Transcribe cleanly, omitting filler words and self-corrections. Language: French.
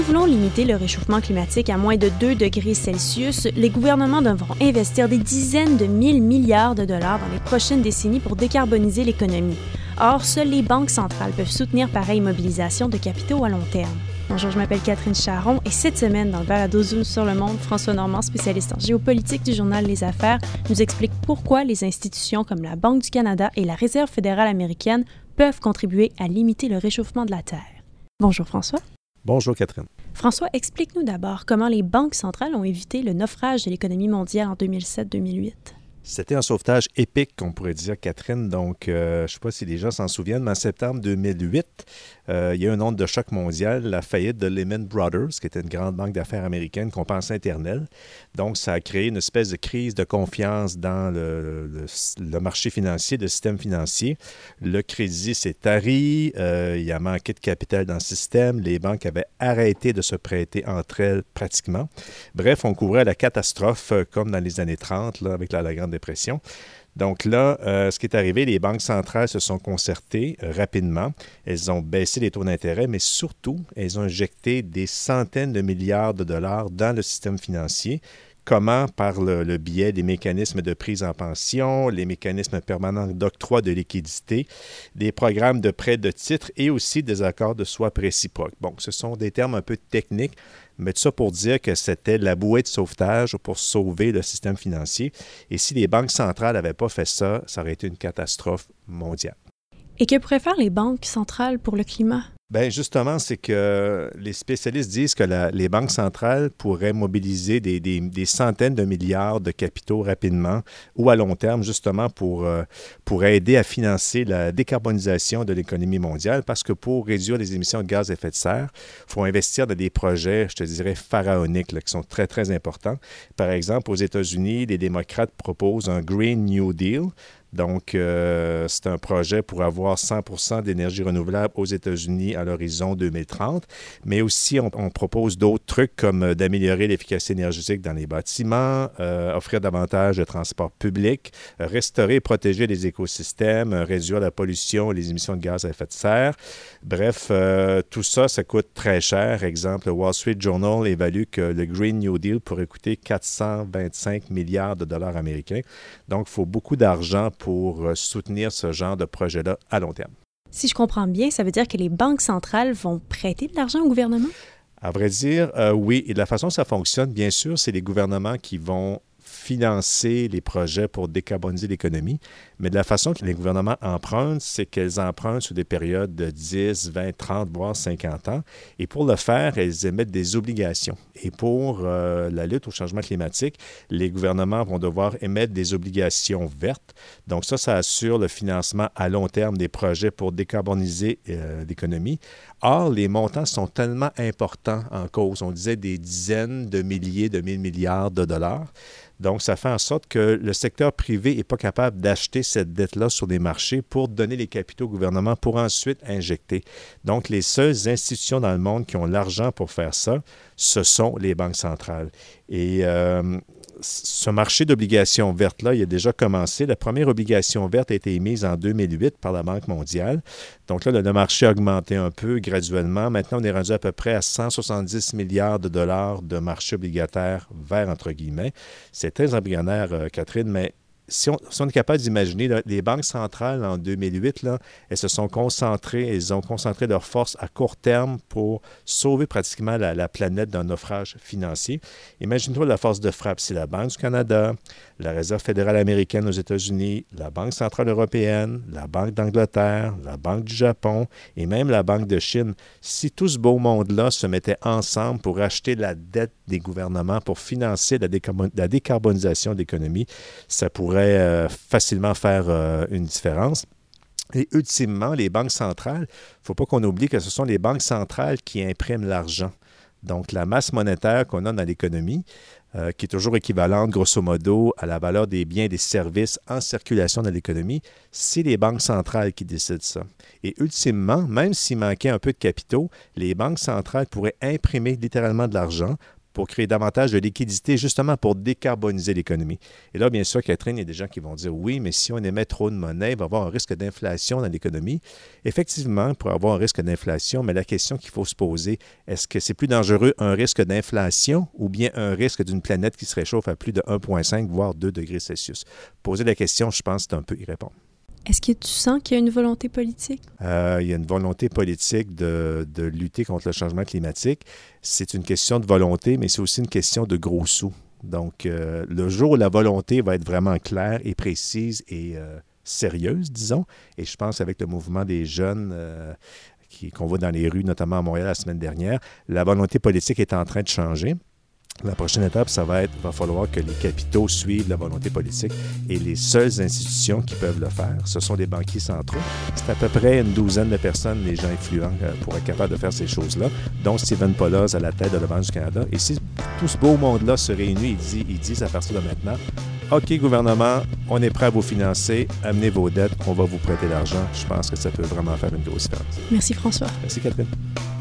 voulons limiter le réchauffement climatique à moins de 2 degrés Celsius, les gouvernements devront investir des dizaines de milliards de dollars dans les prochaines décennies pour décarboniser l'économie. Or, seules les banques centrales peuvent soutenir pareille mobilisation de capitaux à long terme. Bonjour, je m'appelle Catherine Charron et cette semaine, dans le balado Zoom sur le monde, François Normand, spécialiste en géopolitique du journal Les Affaires, nous explique pourquoi les institutions comme la Banque du Canada et la Réserve fédérale américaine peuvent contribuer à limiter le réchauffement de la Terre. Bonjour François. Bonjour Catherine. François, explique-nous d'abord comment les banques centrales ont évité le naufrage de l'économie mondiale en 2007-2008. C'était un sauvetage épique, on pourrait dire, Catherine. Donc, je ne sais pas si les gens s'en souviennent, mais en septembre 2008, il y a eu une onde de choc mondial, la faillite de Lehman Brothers, qui était une grande banque d'affaires américaine qu'on pensait éternelle. Donc, ça a créé une espèce de crise de confiance dans le marché financier, le système financier. Le crédit s'est tari, il y a manqué de capital dans le système, les banques avaient arrêté de se prêter entre elles pratiquement. Bref, on couvrait la catastrophe comme dans les années 30, là, avec la Grande Dépression. Donc là, ce qui est arrivé, les banques centrales se sont concertées rapidement. Elles ont baissé les taux d'intérêt, mais surtout, elles ont injecté des centaines de milliards de dollars dans le système financier. Comment? Par le biais des mécanismes de prise en pension, les mécanismes permanents d'octroi de liquidité, des programmes de prêt de titres et aussi des accords de swap réciproques. Bon, ce sont des termes un peu techniques, mais tout ça pour dire que c'était la bouée de sauvetage pour sauver le système financier. Et si les banques centrales n'avaient pas fait ça, ça aurait été une catastrophe mondiale. Et que pourraient faire les banques centrales pour le climat? Bien, justement, c'est que les spécialistes disent que les banques centrales pourraient mobiliser des centaines de milliards de capitaux rapidement ou à long terme, justement, pour aider à financer la décarbonisation de l'économie mondiale, parce que pour réduire les émissions de gaz à effet de serre, il faut investir dans des projets, je te dirais, pharaoniques, là, qui sont très, très importants. Par exemple, aux États-Unis, les démocrates proposent un Green New Deal. Donc, c'est un projet pour avoir 100% d'énergie renouvelable aux États-Unis à l'horizon 2030. Mais aussi, on propose d'autres trucs comme d'améliorer l'efficacité énergétique dans les bâtiments, offrir davantage de transports publics, restaurer et protéger les écosystèmes, réduire la pollution et les émissions de gaz à effet de serre. Bref, tout ça, ça coûte très cher. Exemple, le Wall Street Journal évalue que le Green New Deal pourrait coûter 425 milliards de dollars américains. Donc, il faut beaucoup d'argent pour soutenir ce genre de projet-là à long terme. Si je comprends bien, ça veut dire que les banques centrales vont prêter de l'argent au gouvernement? À vrai dire, oui. Et de la façon dont ça fonctionne, bien sûr, c'est les gouvernements qui vont financer les projets pour décarboniser l'économie. Mais de la façon que les gouvernements empruntent, c'est qu'elles empruntent sur des périodes de 10, 20, 30, voire 50 ans. Et pour le faire, elles émettent des obligations. Et pour la lutte au changement climatique, les gouvernements vont devoir émettre des obligations vertes. Donc ça assure le financement à long terme des projets pour décarboniser l'économie. Or, les montants sont tellement importants en cause. On disait des dizaines de milliers, de milliards de dollars. Donc, ça fait en sorte que le secteur privé n'est pas capable d'acheter cette dette-là sur les marchés pour donner les capitaux au gouvernement pour ensuite injecter. Donc, les seules institutions dans le monde qui ont l'argent pour faire ça, ce sont les banques centrales. Et ce marché d'obligations vertes-là, il a déjà commencé. La première obligation verte a été émise en 2008 par la Banque mondiale. Donc là, le marché a augmenté un peu graduellement. Maintenant, on est rendu à peu près à 170 milliards de dollars de marché obligataire vert, entre guillemets. C'est très embryonnaire, Catherine, mais si on est capable d'imaginer, là, les banques centrales en 2008, là, elles ont concentré leurs forces à court terme pour sauver pratiquement la planète d'un naufrage financier. Imagine-toi la force de frappe, c'est la Banque du Canada, la Réserve fédérale américaine aux États-Unis, la Banque centrale européenne, la Banque d'Angleterre, la Banque du Japon et même la Banque de Chine. Si tout ce beau monde-là se mettait ensemble pour acheter la dette des gouvernements pour financer la décarbonisation de l'économie, ça pourrait facilement faire une différence. Et ultimement, les banques centrales, il ne faut pas qu'on oublie que ce sont les banques centrales qui impriment l'argent. Donc, la masse monétaire qu'on a dans l'économie, qui est toujours équivalente, grosso modo, à la valeur des biens et des services en circulation dans l'économie, c'est les banques centrales qui décident ça. Et ultimement, même s'il manquait un peu de capitaux, les banques centrales pourraient imprimer littéralement de l'argent pour créer davantage de liquidités, justement pour décarboniser l'économie. Et là, bien sûr, Catherine, il y a des gens qui vont dire, oui, mais si on émet trop de monnaie, il va y avoir un risque d'inflation dans l'économie. Effectivement, il pourrait y avoir un risque d'inflation, mais la question qu'il faut se poser, est-ce que c'est plus dangereux un risque d'inflation ou bien un risque d'une planète qui se réchauffe à plus de 1,5 voire 2 degrés Celsius? Poser la question, je pense, c'est un peu y répondre. Est-ce que tu sens qu'il y a une volonté politique? Il y a une volonté politique de lutter contre le changement climatique. C'est une question de volonté, mais c'est aussi une question de gros sous. Donc, le jour où la volonté va être vraiment claire et précise et sérieuse, disons, et je pense avec le mouvement des jeunes qu'on voit dans les rues, notamment à Montréal la semaine dernière, la volonté politique est en train de changer. La prochaine étape, va falloir que les capitaux suivent la volonté politique et les seules institutions qui peuvent le faire, ce sont les banquiers centraux. C'est à peu près une douzaine de personnes, les gens influents, pour être capables de faire ces choses-là, dont Stephen Poloz à la tête de la Banque du Canada. Et si tout ce beau monde-là se réunit, ils disent à partir de maintenant, OK, gouvernement, on est prêt à vous financer, amenez vos dettes, on va vous prêter l'argent. Je pense que ça peut vraiment faire une grosse différence. Merci François. Merci Catherine.